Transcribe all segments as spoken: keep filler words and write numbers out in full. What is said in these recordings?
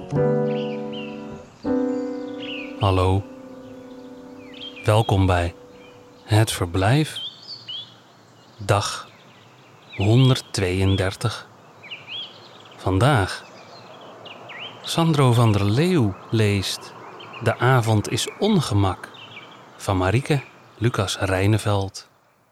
Hallo. Welkom bij Het Verblijf. Dag honderdtweeëndertig. Vandaag. Sandro van der Leeuw leest De avond is ongemak van Marieke Lucas Rijneveld.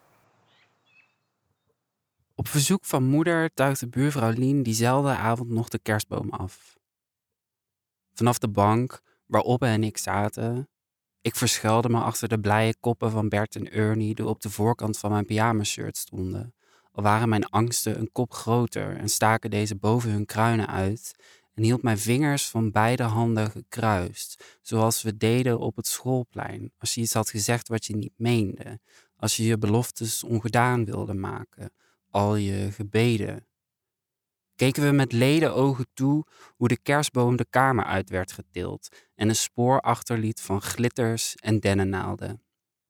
Op verzoek van moeder tuigde buurvrouw Lien diezelfde avond nog de kerstboom af. Vanaf de bank waar Obbe en ik zaten, ik verschuilde me achter de blije koppen van Bert en Ernie die op de voorkant van mijn pyjamashirt stonden, al waren mijn angsten een kop groter en staken deze boven hun kruinen uit en hield mijn vingers van beide handen gekruist, zoals we deden op het schoolplein als je iets had gezegd wat je niet meende, als je je beloftes ongedaan wilde maken, al je gebeden. Keken we met leden ogen toe hoe de kerstboom de kamer uit werd getild en een spoor achterliet van glitters en dennennaalden.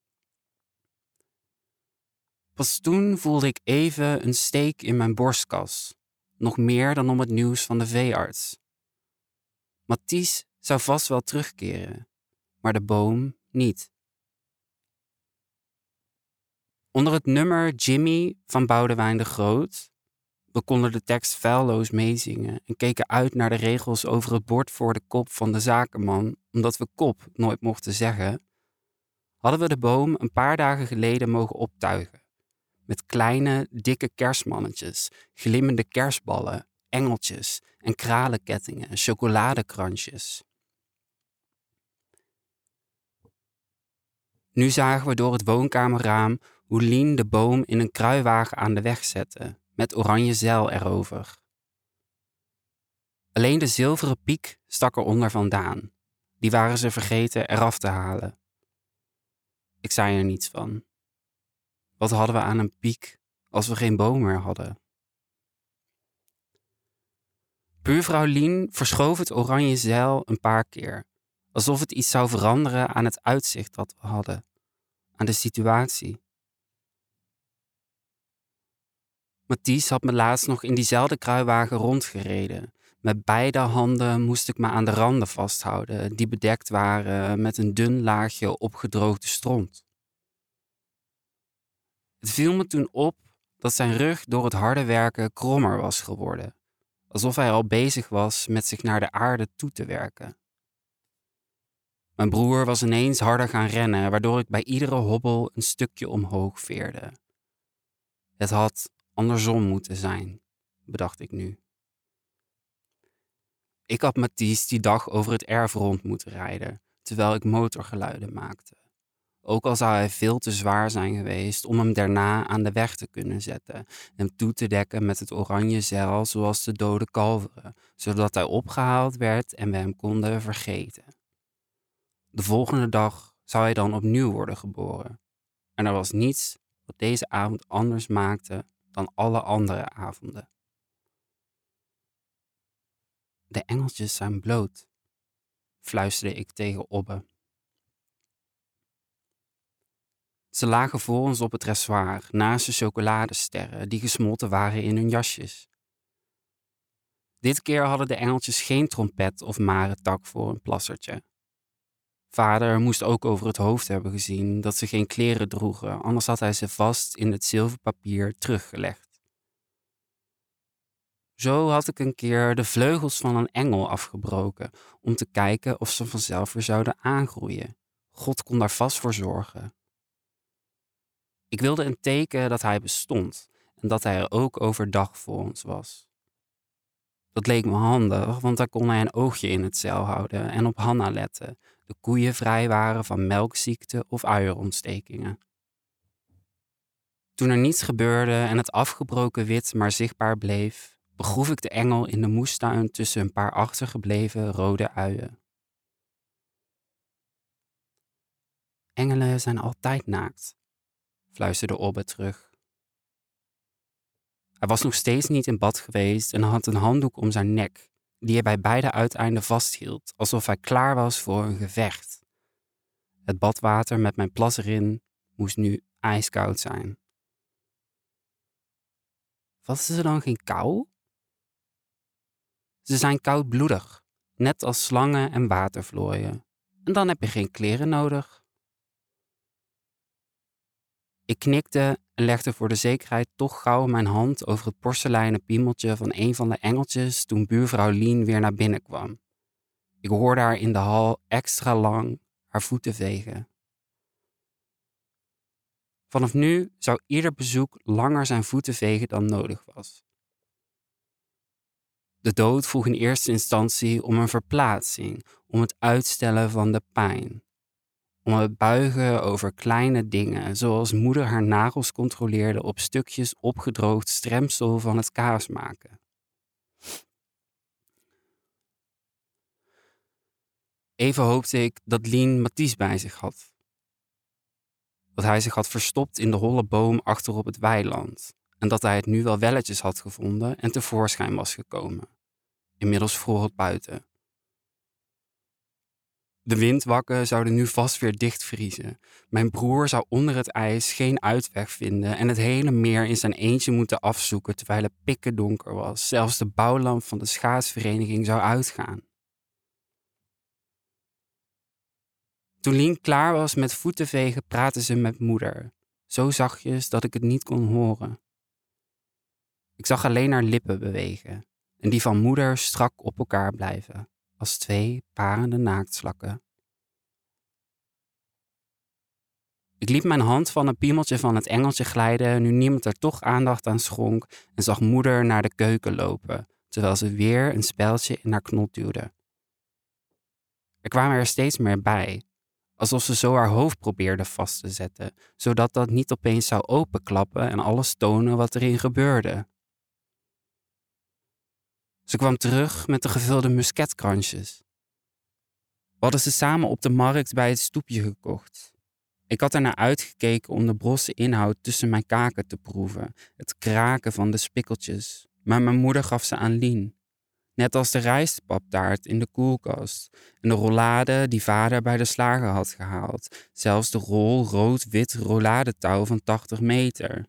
Pas toen voelde ik even een steek in mijn borstkas, nog meer dan om het nieuws van de veearts. Mathies zou vast wel terugkeren, maar de boom niet. Onder het nummer Jimmy van Boudewijn de Groot, we konden de tekst feilloos meezingen en keken uit naar de regels over het bord voor de kop van de zakenman, omdat we kop nooit mochten zeggen, hadden we de boom een paar dagen geleden mogen optuigen. Met kleine, dikke kerstmannetjes, glimmende kerstballen, engeltjes en kralenkettingen en chocoladekransjes. Nu zagen we door het woonkamerraam hoe Lien de boom in een kruiwagen aan de weg zette, met oranje zeil erover. Alleen de zilveren piek stak eronder vandaan. Die waren ze vergeten eraf te halen. Ik zei er niets van. Wat hadden we aan een piek als we geen boom meer hadden? Buurvrouw Lien verschoof het oranje zeil een paar keer, alsof het iets zou veranderen aan het uitzicht wat we hadden, aan de situatie. Mathies had me laatst nog in diezelfde kruiwagen rondgereden. Met beide handen moest ik me aan de randen vasthouden, die bedekt waren met een dun laagje opgedroogde stront. Het viel me toen op dat zijn rug door het harde werken krommer was geworden, alsof hij al bezig was met zich naar de aarde toe te werken. Mijn broer was ineens harder gaan rennen, waardoor ik bij iedere hobbel een stukje omhoog veerde. Het had andersom moeten zijn, bedacht ik nu. Ik had Mathies die dag over het erf rond moeten rijden, terwijl ik motorgeluiden maakte. Ook al zou hij veel te zwaar zijn geweest om hem daarna aan de weg te kunnen zetten, hem toe te dekken met het oranje zeil zoals de dode kalveren, zodat hij opgehaald werd en we hem konden vergeten. De volgende dag zou hij dan opnieuw worden geboren. En er was niets wat deze avond anders maakte dan alle andere avonden. De engeltjes zijn bloot, fluisterde ik tegen Obbe. Ze lagen voor ons op het dressoir, naast de chocoladesterren die gesmolten waren in hun jasjes. Dit keer hadden de engeltjes geen trompet of marentak voor een plassertje. Vader moest ook over het hoofd hebben gezien dat ze geen kleren droegen, anders had hij ze vast in het zilverpapier teruggelegd. Zo had ik een keer de vleugels van een engel afgebroken om te kijken of ze vanzelf weer zouden aangroeien. God kon daar vast voor zorgen. Ik wilde een teken dat hij bestond en dat hij er ook overdag voor ons was. Dat leek me handig, want dan kon hij een oogje in het zeil houden en op Hanna letten, de koeien vrij waren van melkziekte of uierontstekingen. Toen er niets gebeurde en het afgebroken wit maar zichtbaar bleef, begroef ik de engel in de moestuin tussen een paar achtergebleven rode uien. Engelen zijn altijd naakt, fluisterde Obbe terug. Hij was nog steeds niet in bad geweest en had een handdoek om zijn nek, die hij bij beide uiteinden vasthield, alsof hij klaar was voor een gevecht. Het badwater met mijn plas erin moest nu ijskoud zijn. Wat is er dan geen kou? Ze zijn koudbloedig, net als slangen en watervlooien. En dan heb je geen kleren nodig. Ik knikte en legde voor de zekerheid toch gauw mijn hand over het porseleinen piemeltje van een van de engeltjes toen buurvrouw Lien weer naar binnen kwam. Ik hoorde haar in de hal extra lang haar voeten vegen. Vanaf nu zou ieder bezoek langer zijn voeten vegen dan nodig was. De dood vroeg in eerste instantie om een verplaatsing, om het uitstellen van de pijn. Om het buigen over kleine dingen, zoals moeder haar nagels controleerde op stukjes opgedroogd stremsel van het kaas maken. Even hoopte ik dat Lien Mathies bij zich had. Dat hij zich had verstopt in de holle boom achter op het weiland en dat hij het nu wel welletjes had gevonden en tevoorschijn was gekomen. Inmiddels vroor het buiten. De windwakken zouden nu vast weer dichtvriezen. Mijn broer zou onder het ijs geen uitweg vinden en het hele meer in zijn eentje moeten afzoeken terwijl het pikken donker was. Zelfs de bouwlamp van de schaatsvereniging zou uitgaan. Toen Lien klaar was met voeten vegen, praatte ze met moeder. Zo zachtjes dat ik het niet kon horen. Ik zag alleen haar lippen bewegen en die van moeder strak op elkaar blijven, als twee parende naaktslakken. Ik liet mijn hand van een piemeltje van het engeltje glijden, nu niemand er toch aandacht aan schonk, en zag moeder naar de keuken lopen, terwijl ze weer een spijltje in haar knot duwde. Er kwamen er steeds meer bij, alsof ze zo haar hoofd probeerde vast te zetten, zodat dat niet opeens zou openklappen en alles tonen wat erin gebeurde. Ze kwam terug met de gevulde musketkransjes. We hadden ze samen op de markt bij het stoepje gekocht. Ik had ernaar uitgekeken om de brosse inhoud tussen mijn kaken te proeven, het kraken van de spikkeltjes, maar mijn moeder gaf ze aan Lien. Net als de rijstpaptaart in de koelkast en de rollade die vader bij de slager had gehaald, zelfs de rol rood-wit rolladetouw van tachtig meter.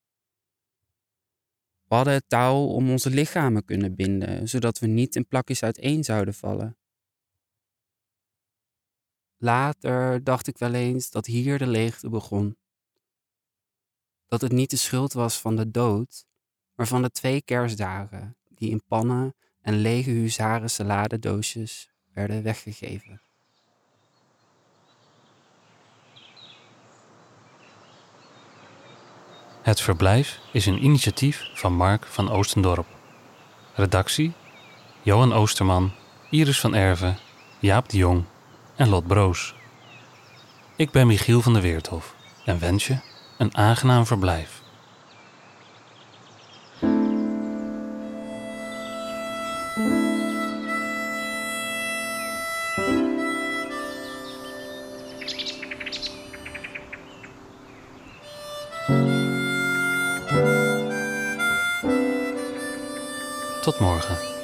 We hadden het touw om onze lichamen kunnen binden, zodat we niet in plakjes uiteen zouden vallen. Later dacht ik wel eens dat hier de leegte begon. Dat het niet de schuld was van de dood, maar van de twee kerstdagen die in pannen en lege huzaren saladedoosjes werden weggegeven. Het verblijf is een initiatief van Mark van Oostendorp. Redactie: Johan Oosterman, Iris van Erven, Jaap de Jong en Lot Broos. Ik ben Michiel van der Weerthof en wens je een aangenaam verblijf. Tot morgen.